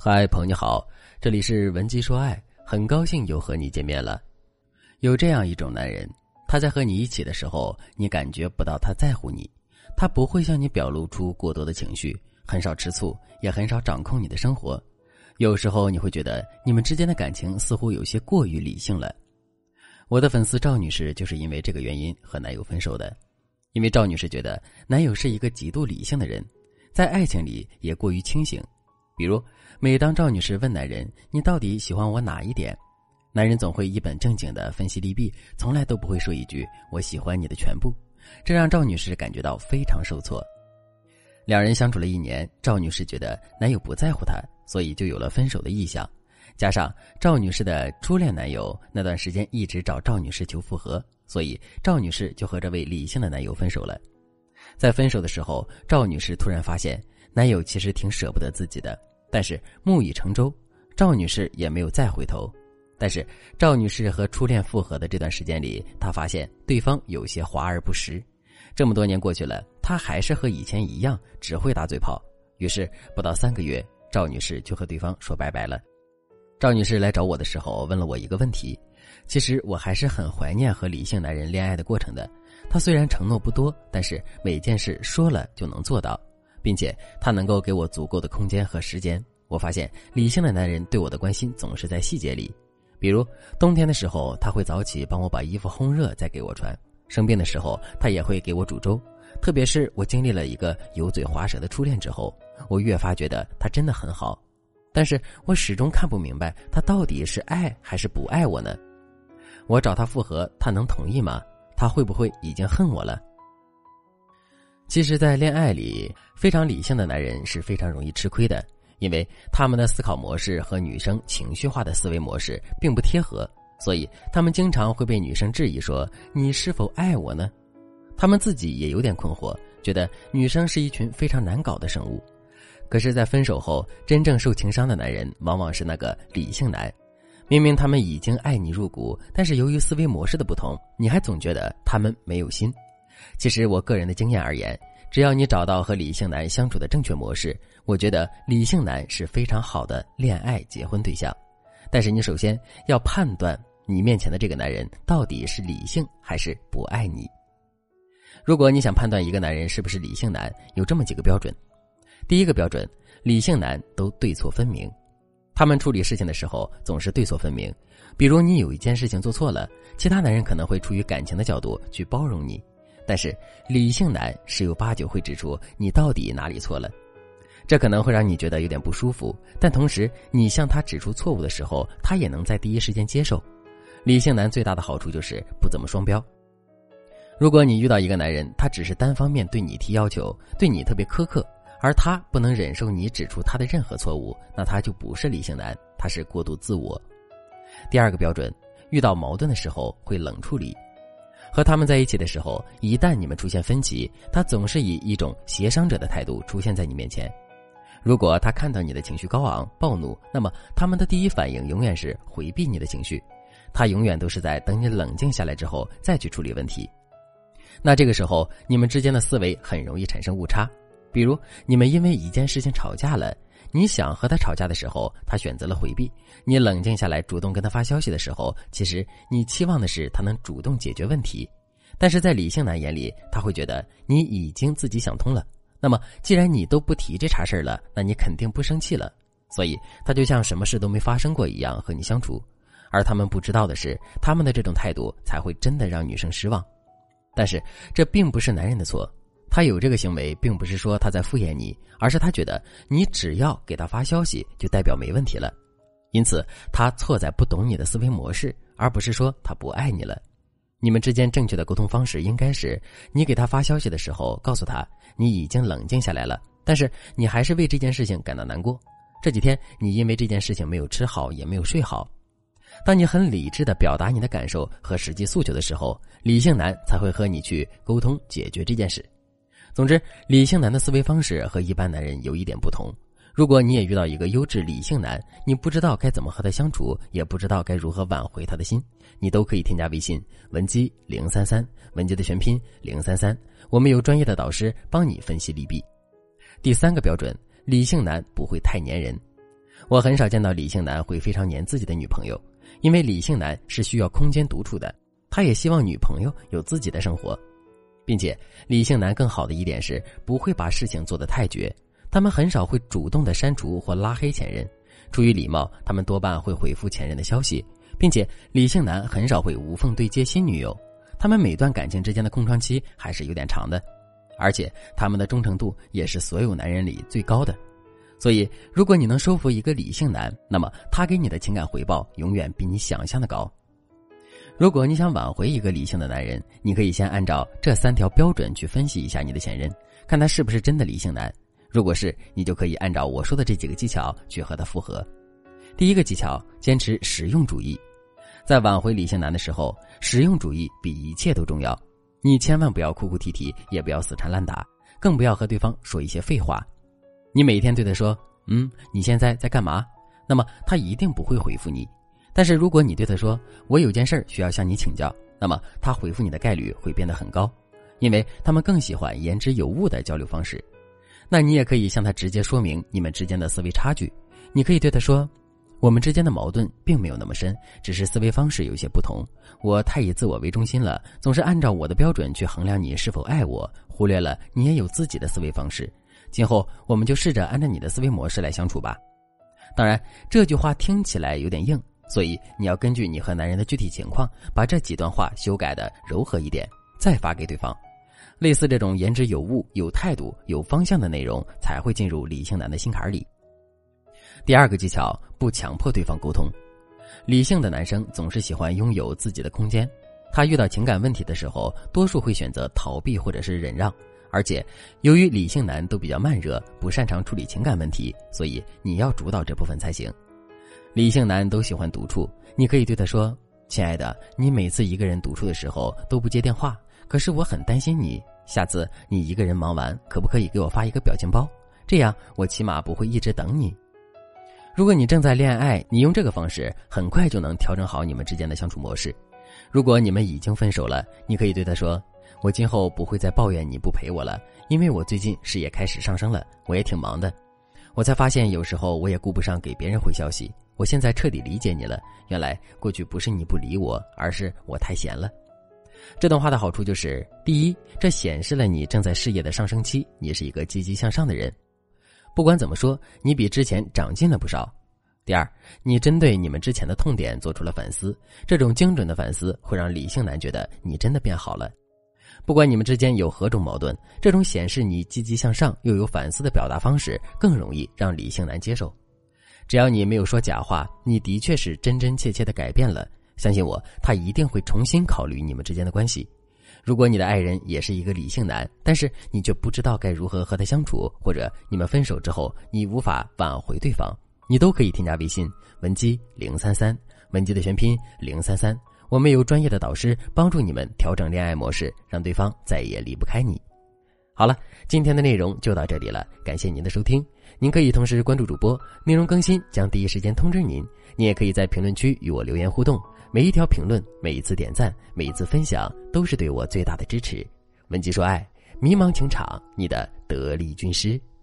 嗨，朋友你好，这里是文姬说爱，很高兴又和你见面了。有这样一种男人，他在和你一起的时候，你感觉不到他在乎你，他不会向你表露出过多的情绪，很少吃醋，也很少掌控你的生活。有时候你会觉得你们之间的感情似乎有些过于理性了。我的粉丝赵女士就是因为这个原因和男友分手的。因为赵女士觉得男友是一个极度理性的人，在爱情里也过于清醒。比如每当赵女士问男人你到底喜欢我哪一点，男人总会一本正经地分析利弊，从来都不会说一句我喜欢你的全部，这让赵女士感觉到非常受挫。两人相处了1年，赵女士觉得男友不在乎她，所以就有了分手的意向。加上赵女士的初恋男友那段时间一直找赵女士求复合，所以赵女士就和这位理性的男友分手了。在分手的时候，赵女士突然发现男友其实挺舍不得自己的，但是木已成舟，赵女士也没有再回头。但是赵女士和初恋复合的这段时间里，她发现对方有些华而不实。这么多年过去了，她还是和以前一样只会打嘴炮。于是不到3个月，赵女士就和对方说拜拜了。赵女士来找我的时候问了我一个问题，其实我还是很怀念和理性男人恋爱的过程的。他虽然承诺不多，但是每件事说了就能做到，并且他能够给我足够的空间和时间。我发现理性的男人对我的关心总是在细节里，比如冬天的时候他会早起帮我把衣服烘热再给我穿，生病的时候他也会给我煮粥。特别是我经历了一个油嘴滑舌的初恋之后，我越发觉得他真的很好。但是我始终看不明白他到底是爱还是不爱我呢？我找他复合，他能同意吗？他会不会已经恨我了？其实在恋爱里，非常理性的男人是非常容易吃亏的，因为他们的思考模式和女生情绪化的思维模式并不贴合，所以他们经常会被女生质疑说你是否爱我呢？他们自己也有点困惑，觉得女生是一群非常难搞的生物。可是在分手后，真正受情伤的男人往往是那个理性男。明明他们已经爱你入骨，但是由于思维模式的不同，你还总觉得他们没有心。其实我个人的经验而言，只要你找到和理性男相处的正确模式，我觉得理性男是非常好的恋爱结婚对象。但是你首先要判断你面前的这个男人到底是理性还是不爱你。如果你想判断一个男人是不是理性男，有这么几个标准。第一个标准，理性男都对错分明。他们处理事情的时候总是对错分明，比如你有一件事情做错了，其他男人可能会出于感情的角度去包容你，但是理性男十有八九会指出你到底哪里错了。这可能会让你觉得有点不舒服，但同时你向他指出错误的时候，他也能在第一时间接受。理性男最大的好处就是不怎么双标。如果你遇到一个男人，他只是单方面对你提要求，对你特别苛刻，而他不能忍受你指出他的任何错误，那他就不是理性男，他是过度自我。第二个标准，遇到矛盾的时候会冷处理。和他们在一起的时候，一旦你们出现分歧，他总是以一种协商者的态度出现在你面前。如果他看到你的情绪高昂、暴怒，那么他们的第一反应永远是回避你的情绪，他永远都是在等你冷静下来之后再去处理问题。那这个时候你们之间的思维很容易产生误差。比如你们因为一件事情吵架了，你想和他吵架的时候，他选择了回避，你冷静下来主动跟他发消息的时候，其实你期望的是他能主动解决问题。但是在理性男眼里，他会觉得你已经自己想通了，那么既然你都不提这茬事了，那你肯定不生气了，所以他就像什么事都没发生过一样和你相处。而他们不知道的是，他们的这种态度才会真的让女生失望。但是这并不是男人的错，他有这个行为并不是说他在敷衍你，而是他觉得你只要给他发消息就代表没问题了。因此他错在不懂你的思维模式，而不是说他不爱你了。你们之间正确的沟通方式应该是，你给他发消息的时候告诉他你已经冷静下来了，但是你还是为这件事情感到难过。这几天你因为这件事情没有吃好也没有睡好。当你很理智地表达你的感受和实际诉求的时候，理性男才会和你去沟通解决这件事。总之，理性男的思维方式和一般男人有一点不同。如果你也遇到一个优质理性男，你不知道该怎么和他相处，也不知道该如何挽回他的心，你都可以添加微信文姬033，文姬的全拼033，我们有专业的导师帮你分析利弊。第三个标准，理性男不会太粘人。 我很少见到理性男会非常黏自己的女朋友，因为理性男是需要空间独处的，他也希望女朋友有自己的生活。并且理性男更好的一点是不会把事情做得太绝，他们很少会主动的删除或拉黑前任，出于礼貌，他们多半会回复前任的消息，并且理性男很少会无缝对接新女友，他们每段感情之间的空窗期还是有点长的，而且他们的忠诚度也是所有男人里最高的。所以如果你能收服一个理性男，那么他给你的情感回报永远比你想象的高。如果你想挽回一个理性的男人，你可以先按照这3条标准去分析一下你的前任，看他是不是真的理性男。如果是，你就可以按照我说的这几个技巧去和他复合。第一个技巧，坚持实用主义。在挽回理性男的时候，实用主义比一切都重要。你千万不要哭哭啼啼，也不要死缠烂打，更不要和对方说一些废话。你每天对他说你现在在干嘛，那么他一定不会回复你。但是如果你对他说我有件事需要向你请教，那么他回复你的概率会变得很高，因为他们更喜欢言之有物的交流方式。那你也可以向他直接说明你们之间的思维差距。你可以对他说，我们之间的矛盾并没有那么深，只是思维方式有些不同，我太以自我为中心了，总是按照我的标准去衡量你是否爱我，忽略了你也有自己的思维方式，今后我们就试着按照你的思维模式来相处吧。当然这句话听起来有点硬，所以你要根据你和男人的具体情况，把这几段话修改的柔和一点，再发给对方。类似这种言之有物、有态度、有方向的内容，才会进入理性男的心坎里。第二个技巧，不强迫对方沟通。理性的男生总是喜欢拥有自己的空间，他遇到情感问题的时候，多数会选择逃避或者是忍让。而且由于理性男都比较慢热，不擅长处理情感问题，所以你要主导这部分才行。理性男都喜欢独处，你可以对他说，亲爱的，你每次一个人独处的时候都不接电话，可是我很担心你，下次你一个人忙完，可不可以给我发一个表情包，这样我起码不会一直等你。如果你正在恋爱，你用这个方式很快就能调整好你们之间的相处模式。如果你们已经分手了，你可以对他说，我今后不会再抱怨你不陪我了，因为我最近事业开始上升了，我也挺忙的，我才发现有时候我也顾不上给别人回消息，我现在彻底理解你了，原来过去不是你不理我，而是我太闲了。这段话的好处就是，第一，这显示了你正在事业的上升期，你是一个积极向上的人，不管怎么说，你比之前长进了不少。第二，你针对你们之前的痛点做出了反思，这种精准的反思会让理性男觉得你真的变好了。不管你们之间有何种矛盾，这种显示你积极向上又有反思的表达方式更容易让理性男接受。只要你没有说假话，你的确是真真切切的改变了，相信我，他一定会重新考虑你们之间的关系。如果你的爱人也是一个理性男，但是你却不知道该如何和他相处，或者你们分手之后你无法挽回对方，你都可以添加微信文姬033，文姬的全拼033，我们有专业的导师帮助你们调整恋爱模式，让对方再也离不开你。好了，今天的内容就到这里了，感谢您的收听。您可以同时关注主播，内容更新将第一时间通知您。您也可以在评论区与我留言互动，每一条评论，每一次点赞，每一次分享，都是对我最大的支持。文姬说爱，迷茫情场，你的得力军师。